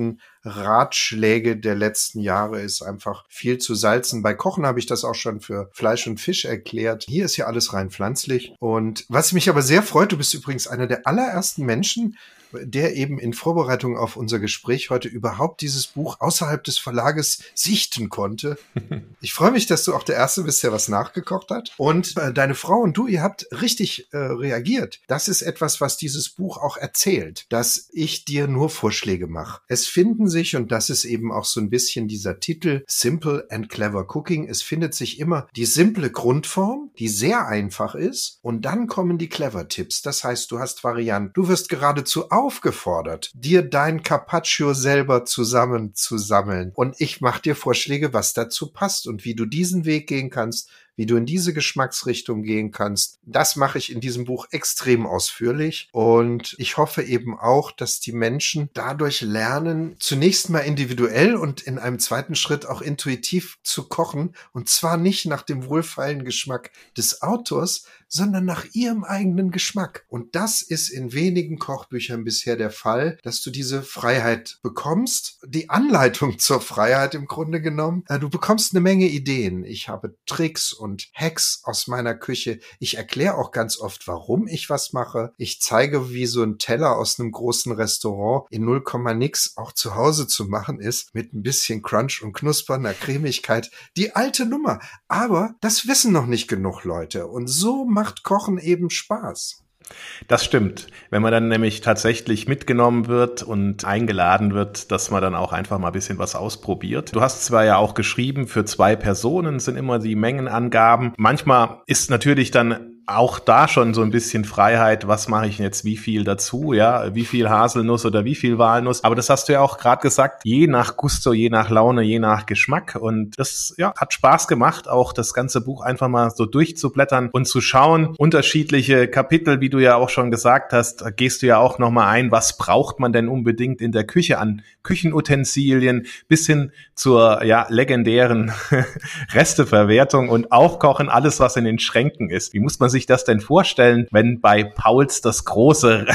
Ratschläge der letzten Jahre ist einfach viel zu salzen. Bei Kochen habe ich das auch schon für Fleisch und Fisch erklärt. Hier ist ja alles rein pflanzlich. Und was mich aber sehr freut, du bist übrigens einer der allerersten Menschen, der eben in Vorbereitung auf unser Gespräch heute überhaupt dieses Buch außerhalb des Verlages sichten konnte. Ich freue mich, dass du auch der Erste bist, der was nachgekocht hat. Und äh, deine Frau und du, ihr habt richtig äh, reagiert. Das ist etwas, was dieses Buch auch erzählt, dass ich dir nur Vorschläge mache. Es finden sich, und das ist eben auch so ein bisschen dieser Titel, Simple and Clever Cooking, es findet sich immer die simple Grundform, die sehr einfach ist, und dann kommen die Clever-Tipps. Das heißt, du hast Varianten. Du wirst geradezu aufgefordert, dir dein Carpaccio selber zusammenzusammeln. Und ich mache dir Vorschläge, was dazu passt und wie du diesen Weg gehen kannst, wie du in diese Geschmacksrichtung gehen kannst. Das mache ich in diesem Buch extrem ausführlich. Und ich hoffe eben auch, dass die Menschen dadurch lernen, zunächst mal individuell und in einem zweiten Schritt auch intuitiv zu kochen. Und zwar nicht nach dem wohlfeilen Geschmack des Autors, sondern nach ihrem eigenen Geschmack. Und das ist in wenigen Kochbüchern bisher der Fall, dass du diese Freiheit bekommst. Die Anleitung zur Freiheit im Grunde genommen. Du bekommst eine Menge Ideen. Ich habe Tricks und Hacks aus meiner Küche. Ich erkläre auch ganz oft, warum ich was mache. Ich zeige, wie so ein Teller aus einem großen Restaurant in null Komma nix auch zu Hause zu machen ist, mit ein bisschen Crunch und knuspernder Cremigkeit. Die alte Nummer. Aber das wissen noch nicht genug Leute. Und so macht Kochen eben Spaß. Das stimmt. Wenn man dann nämlich tatsächlich mitgenommen wird und eingeladen wird, dass man dann auch einfach mal ein bisschen was ausprobiert. Du hast zwar ja auch geschrieben, für zwei Personen sind immer die Mengenangaben. Manchmal ist natürlich dann auch da schon so ein bisschen Freiheit, was mache ich jetzt wie viel dazu, ja, wie viel Haselnuss oder wie viel Walnuss, aber das hast du ja auch gerade gesagt, je nach Gusto, je nach Laune, je nach Geschmack, und das ja hat Spaß gemacht, auch das ganze Buch einfach mal so durchzublättern und zu schauen, unterschiedliche Kapitel, wie du ja auch schon gesagt hast, da gehst du ja auch nochmal ein, was braucht man denn unbedingt in der Küche an Küchenutensilien bis hin zur ja legendären Resteverwertung und Aufkochen, alles was in den Schränken ist. Wie muss man sich sich das denn vorstellen, wenn bei Pauls das große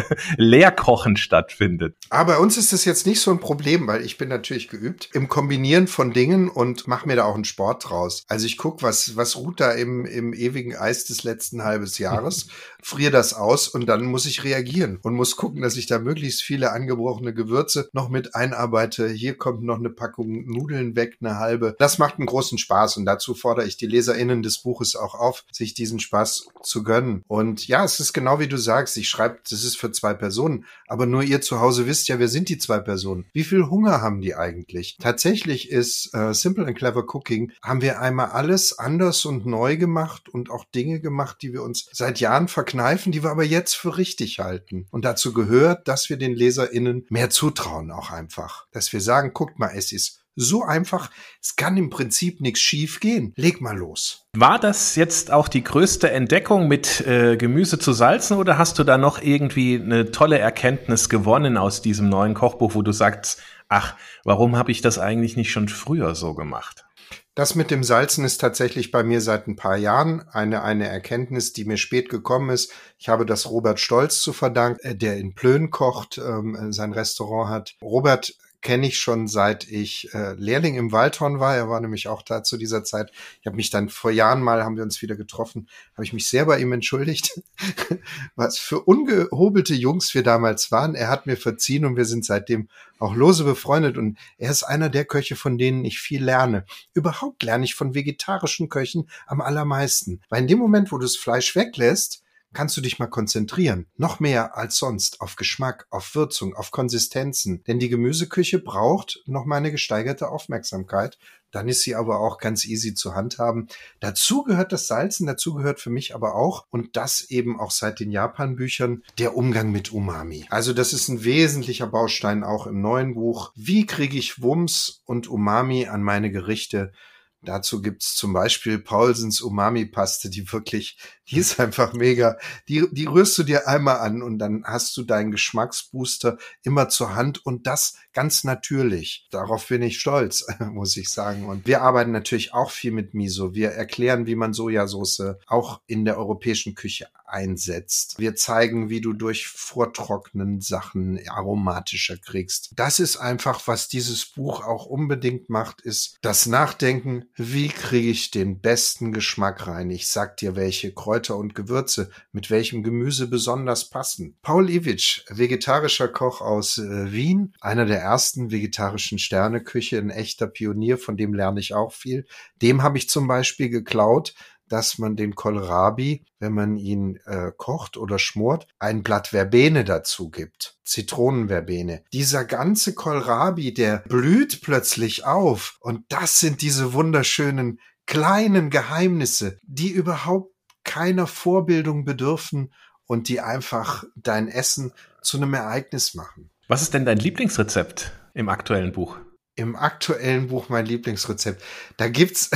Leerkochen stattfindet? Aber bei uns ist das jetzt nicht so ein Problem, weil ich bin natürlich geübt im Kombinieren von Dingen und mache mir da auch einen Sport draus. Also ich gucke, was was ruht da im im ewigen Eis des letzten halbes Jahres, friere das aus und dann muss ich reagieren und muss gucken, dass ich da möglichst viele angebrochene Gewürze noch mit einarbeite. Hier kommt noch eine Packung Nudeln weg, eine halbe. Das macht einen großen Spaß und dazu fordere ich die LeserInnen des Buches auch auf, sich diesen Spaß zu gönnen. Und ja, es ist genau wie du sagst, ich schreibe, das ist für zwei Personen, aber nur ihr zu Hause wisst ja, wer sind die zwei Personen? Wie viel Hunger haben die eigentlich? Tatsächlich ist äh, Simple and Clever Cooking, haben wir einmal alles anders und neu gemacht und auch Dinge gemacht, die wir uns seit Jahren verkneifen, die wir aber jetzt für richtig halten. Und dazu gehört, dass wir den LeserInnen mehr zutrauen auch einfach. Dass wir sagen, guckt mal, es ist so einfach, es kann im Prinzip nichts schief gehen. Leg mal los. War das jetzt auch die größte Entdeckung, mit äh, Gemüse zu salzen, oder hast du da noch irgendwie eine tolle Erkenntnis gewonnen aus diesem neuen Kochbuch, wo du sagst, ach, warum habe ich das eigentlich nicht schon früher so gemacht? Das mit dem Salzen ist tatsächlich bei mir seit ein paar Jahren eine, eine Erkenntnis, die mir spät gekommen ist. Ich habe das Robert Stolz zu verdanken, der in Plön kocht, ähm, sein Restaurant hat. Robert kenne ich schon, seit ich äh, Lehrling im Waldhorn war. Er war nämlich auch da zu dieser Zeit. Ich habe mich dann vor Jahren mal, haben wir uns wieder getroffen, habe ich mich sehr bei ihm entschuldigt, was für ungehobelte Jungs wir damals waren. Er hat mir verziehen und wir sind seitdem auch lose befreundet. Und er ist einer der Köche, von denen ich viel lerne. Überhaupt lerne ich von vegetarischen Köchen am allermeisten. Weil in dem Moment, wo du das Fleisch weglässt, kannst du dich mal konzentrieren. Noch mehr als sonst auf Geschmack, auf Würzung, auf Konsistenzen. Denn die Gemüseküche braucht noch mal eine gesteigerte Aufmerksamkeit. Dann ist sie aber auch ganz easy zu handhaben. Dazu gehört das Salzen, dazu gehört für mich aber auch, und das eben auch seit den Japan-Büchern, der Umgang mit Umami. Also das ist ein wesentlicher Baustein auch im neuen Buch. Wie kriege ich Wumms und Umami an meine Gerichte? Dazu gibt's zum Beispiel Paulsens Umami-Paste, die wirklich Die ist einfach mega. Die, die rührst du dir einmal an und dann hast du deinen Geschmacksbooster immer zur Hand und das ganz natürlich. Darauf bin ich stolz, muss ich sagen. Und wir arbeiten natürlich auch viel mit Miso. Wir erklären, wie man Sojasauce auch in der europäischen Küche einsetzt. Wir zeigen, wie du durch Vortrocknen Sachen aromatischer kriegst. Das ist einfach, was dieses Buch auch unbedingt macht, ist das Nachdenken, wie kriege ich den besten Geschmack rein? Ich sag dir, welche Kräuter und Gewürze mit welchem Gemüse besonders passen. Paul Iwitsch, vegetarischer Koch aus äh, Wien, einer der ersten vegetarischen Sterneküche, ein echter Pionier, von dem lerne ich auch viel. Dem habe ich zum Beispiel geklaut, dass man den Kohlrabi, wenn man ihn äh, kocht oder schmort, ein Blatt Verbene dazu gibt. Zitronenverbene. Dieser ganze Kohlrabi, der blüht plötzlich auf. Und das sind diese wunderschönen kleinen Geheimnisse, die überhaupt keiner Vorbildung bedürfen und die einfach dein Essen zu einem Ereignis machen. Was ist denn dein Lieblingsrezept im aktuellen Buch? Im aktuellen Buch mein Lieblingsrezept. Da gibt's...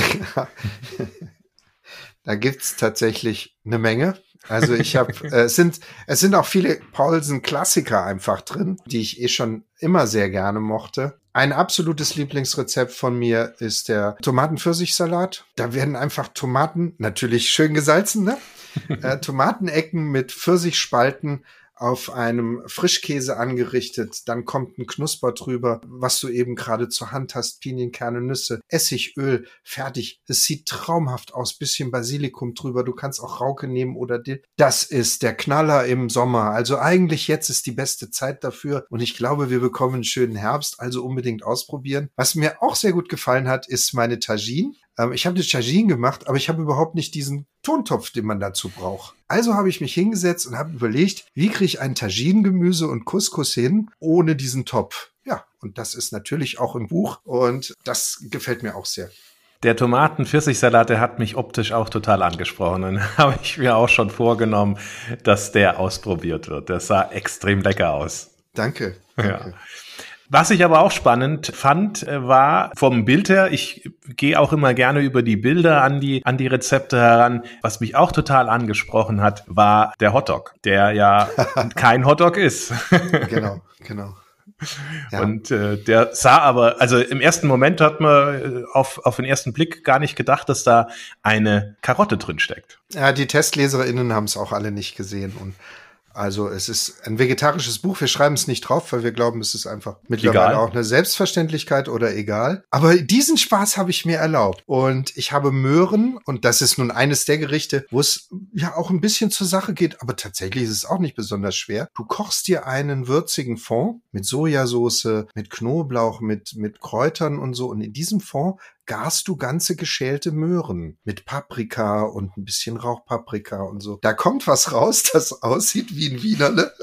Da gibt's tatsächlich eine Menge. Also ich habe, äh, es sind es sind auch viele Paulsen-Klassiker einfach drin, die ich eh schon immer sehr gerne mochte. Ein absolutes Lieblingsrezept von mir ist der Tomaten-Pfirsich-Salat. Da werden einfach Tomaten, natürlich schön gesalzen, ne? äh, Tomatenecken mit Pfirsichspalten auf einem Frischkäse angerichtet, dann kommt ein Knusper drüber, was du eben gerade zur Hand hast, Pinienkerne, Nüsse, Essig, Öl, fertig. Es sieht traumhaft aus, bisschen Basilikum drüber, du kannst auch Rauke nehmen oder Dill. Das ist der Knaller im Sommer, also eigentlich jetzt ist die beste Zeit dafür und ich glaube, wir bekommen einen schönen Herbst, also unbedingt ausprobieren. Was mir auch sehr gut gefallen hat, ist meine Tagine. Ich habe eine Tagine gemacht, aber ich habe überhaupt nicht diesen Tontopf, den man dazu braucht. Also habe ich mich hingesetzt und habe überlegt, wie kriege ich ein Tagine-Gemüse und Couscous hin, ohne diesen Topf. Ja, und das ist natürlich auch im Buch und das gefällt mir auch sehr. Der Tomaten-Pfirsich-Salat, der hat mich optisch auch total angesprochen. Und habe ich mir auch schon vorgenommen, dass der ausprobiert wird. Der sah extrem lecker aus. Danke. danke. Ja. Was ich aber auch spannend fand, war vom Bild her, ich gehe auch immer gerne über die Bilder an die an die Rezepte heran. Was mich auch total angesprochen hat, war der Hotdog, der ja kein Hotdog ist. Genau, genau. Ja. Und äh, der sah aber, also im ersten Moment hat man auf auf den ersten Blick gar nicht gedacht, dass da eine Karotte drin steckt. Ja, die TestleserInnen haben es auch alle nicht gesehen und also es ist ein vegetarisches Buch, wir schreiben es nicht drauf, weil wir glauben, es ist einfach mittlerweile egal. Auch eine Selbstverständlichkeit oder egal. Aber diesen Spaß habe ich mir erlaubt. Und ich habe Möhren, und das ist nun eines der Gerichte, wo es ja auch ein bisschen zur Sache geht, aber tatsächlich ist es auch nicht besonders schwer. Du kochst dir einen würzigen Fond mit Sojasauce, mit Knoblauch, mit, mit Kräutern und so. Und in diesem Fond garst du ganze geschälte Möhren mit Paprika und ein bisschen Rauchpaprika und so. Da kommt was raus, das aussieht wie ein Wienerle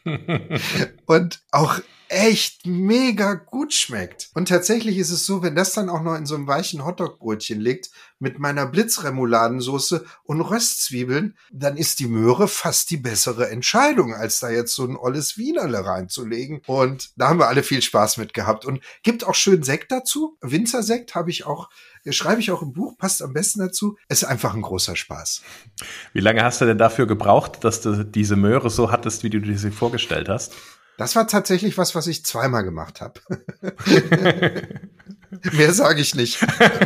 und auch echt mega gut schmeckt. Und tatsächlich ist es so, wenn das dann auch noch in so einem weichen Hotdog-Brötchen liegt, mit meiner Blitzremouladensoße und Röstzwiebeln, dann ist die Möhre fast die bessere Entscheidung, als da jetzt so ein olles Wienerle reinzulegen. Und da haben wir alle viel Spaß mit gehabt. Und gibt auch schön Sekt dazu. Winzersekt habe ich auch, schreibe ich auch im Buch, passt am besten dazu. Es ist einfach ein großer Spaß. Wie lange hast du denn dafür gebraucht, dass du diese Möhre so hattest, wie du dir sie vorgestellt hast? Das war tatsächlich was, was ich zweimal gemacht habe. Mehr sage ich nicht.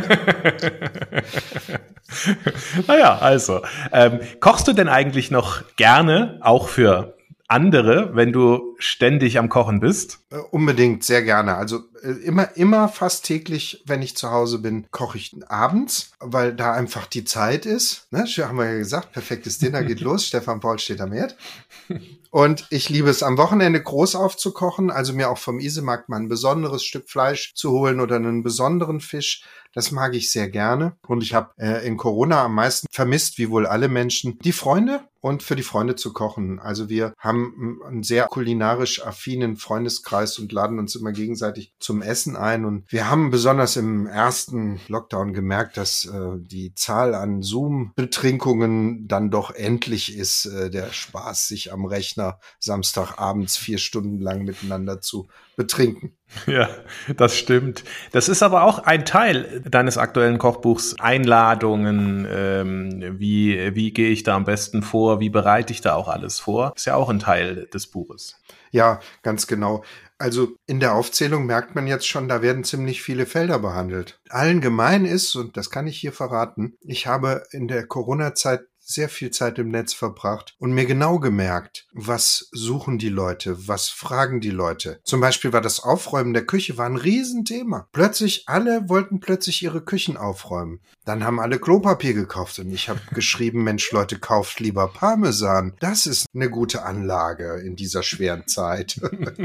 Naja, also, ähm, kochst du denn eigentlich noch gerne, auch für andere, wenn du ständig am Kochen bist? Äh, unbedingt, sehr gerne. Also äh, immer, immer fast täglich, wenn ich zu Hause bin, koche ich abends, weil da einfach die Zeit ist. Ne? Haben wir ja gesagt, perfektes Dinner geht los. Stefan Paul steht am Herd. Und ich liebe es, am Wochenende groß aufzukochen, also mir auch vom Isemarkt mal ein besonderes Stück Fleisch zu holen oder einen besonderen Fisch. Das mag ich sehr gerne. Und ich habe äh, in Corona am meisten vermisst, wie wohl alle Menschen, die Freunde, und für die Freunde zu kochen. Also wir haben einen sehr kulinarisch affinen Freundeskreis und laden uns immer gegenseitig zum Essen ein. Und wir haben besonders im ersten Lockdown gemerkt, dass äh, die Zahl an Zoom-Betrinkungen dann doch endlich ist. Äh, der Spaß, sich am Rechner samstagabends vier Stunden lang miteinander zu betrinken. Ja, das stimmt. Das ist aber auch ein Teil deines aktuellen Kochbuchs. Einladungen, ähm, wie, wie gehe ich da am besten vor, wie bereite ich da auch alles vor? Ist ja auch ein Teil des Buches. Ja, ganz genau. Also in der Aufzählung merkt man jetzt schon, da werden ziemlich viele Felder behandelt. Allen gemein ist, und das kann ich hier verraten, ich habe in der Corona-Zeit sehr viel Zeit im Netz verbracht und mir genau gemerkt, was suchen die Leute, was fragen die Leute. Zum Beispiel war das Aufräumen der Küche war ein Riesenthema. Plötzlich, alle wollten plötzlich ihre Küchen aufräumen. Dann haben alle Klopapier gekauft und ich habe geschrieben, Mensch Leute, kauft lieber Parmesan. Das ist eine gute Anlage in dieser schweren Zeit.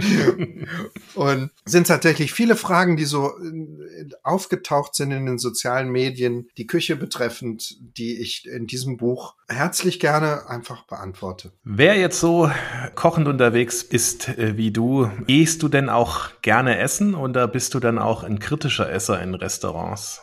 Und sind tatsächlich viele Fragen, die so aufgetaucht sind in den sozialen Medien, die Küche betreffend, die ich in diesem Buch herzlich gerne einfach beantworte. Wer jetzt so kochend unterwegs ist äh, wie du, gehst du denn auch gerne essen oder bist du dann auch ein kritischer Esser in Restaurants?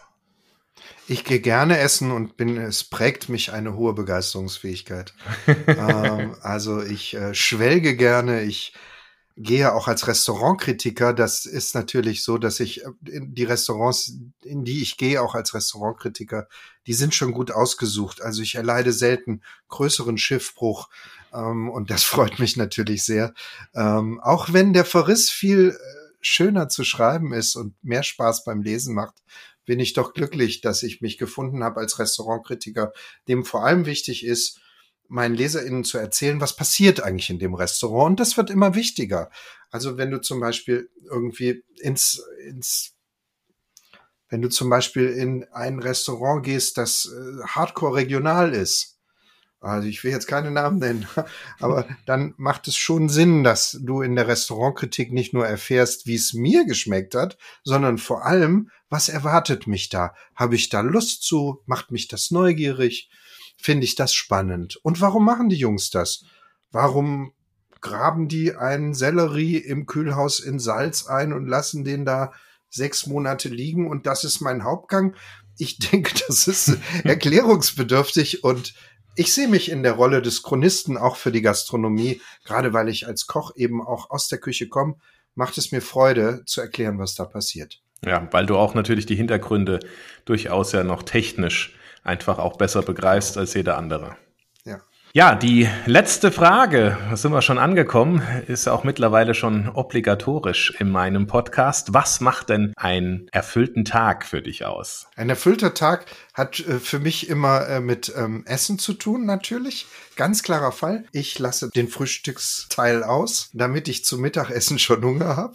Ich gehe gerne essen und bin, es prägt mich eine hohe Begeisterungsfähigkeit. ähm, also ich äh, schwelge gerne, ich gehe auch als Restaurantkritiker. Das ist natürlich so, dass ich in die Restaurants, in die ich gehe, auch als Restaurantkritiker, die sind schon gut ausgesucht. Also ich erleide selten größeren Schiffbruch ähm, und das freut mich natürlich sehr. Ähm, auch wenn der Verriss viel schöner zu schreiben ist und mehr Spaß beim Lesen macht, bin ich doch glücklich, dass ich mich gefunden habe als Restaurantkritiker, dem vor allem wichtig ist, meinen LeserInnen zu erzählen, was passiert eigentlich in dem Restaurant. Und das wird immer wichtiger. Also wenn du zum Beispiel irgendwie ins, ins, wenn du zum Beispiel in ein Restaurant gehst, das äh, hardcore regional ist, also ich will jetzt keine Namen nennen, aber dann macht es schon Sinn, dass du in der Restaurantkritik nicht nur erfährst, wie es mir geschmeckt hat, sondern vor allem, was erwartet mich da? Habe ich da Lust zu? Macht mich das neugierig? Finde ich das spannend? Und warum machen die Jungs das? Warum graben die einen Sellerie im Kühlhaus in Salz ein und lassen den da sechs Monate liegen? Und das ist mein Hauptgang. Ich denke, das ist erklärungsbedürftig und ich sehe mich in der Rolle des Chronisten auch für die Gastronomie. Gerade weil ich als Koch eben auch aus der Küche komme, macht es mir Freude zu erklären, was da passiert. Ja, weil du auch natürlich die Hintergründe durchaus ja noch technisch einfach auch besser begreifst als jeder andere. Ja. Ja, die letzte Frage, da sind wir schon angekommen, ist auch mittlerweile schon obligatorisch in meinem Podcast. Was macht denn einen erfüllten Tag für dich aus? Ein erfüllter Tag hat äh, für mich immer äh, mit ähm, Essen zu tun, natürlich. Ganz klarer Fall. Ich lasse den Frühstücksteil aus, damit ich zum Mittagessen schon Hunger habe.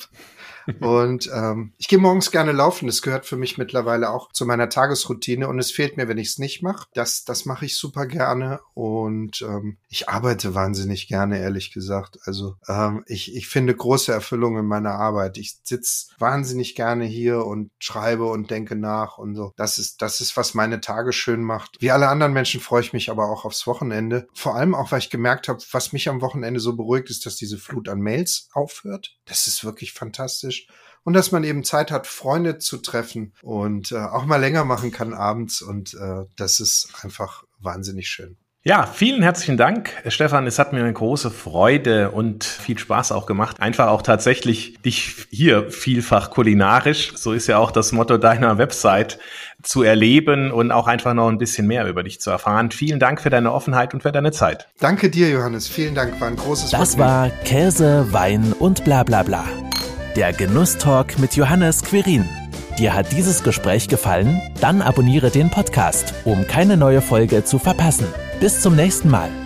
Und ähm, ich gehe morgens gerne laufen. Das gehört für mich mittlerweile auch zu meiner Tagesroutine. Und es fehlt mir, wenn ich es nicht mache. Das, das mache ich super gerne. Und ähm, ich arbeite wahnsinnig gerne, ehrlich gesagt. Also ähm, ich, ich finde große Erfüllung in meiner Arbeit. Ich sitze wahnsinnig gerne hier und schreibe und denke nach und so. Das ist, das ist, was meine Tage schön macht. Wie alle anderen Menschen freue ich mich aber auch aufs Wochenende. Vor allem auch, weil ich gemerkt habe, was mich am Wochenende so beruhigt, ist, dass diese Flut an Mails aufhört. Das ist wirklich fantastisch. Und dass man eben Zeit hat, Freunde zu treffen und äh, auch mal länger machen kann abends. Und äh, das ist einfach wahnsinnig schön. Ja, vielen herzlichen Dank, Stefan. Es hat mir eine große Freude und viel Spaß auch gemacht. Einfach auch tatsächlich dich hier vielfach kulinarisch, so ist ja auch das Motto deiner Website, zu erleben und auch einfach noch ein bisschen mehr über dich zu erfahren. Vielen Dank für deine Offenheit und für deine Zeit. Danke dir, Johannes. Vielen Dank, war ein großes Vergnügen. Das war Käse, Wein und bla bla bla. Der Genusstalk mit Johannes Quirin. Dir hat dieses Gespräch gefallen? Dann abonniere den Podcast, um keine neue Folge zu verpassen. Bis zum nächsten Mal.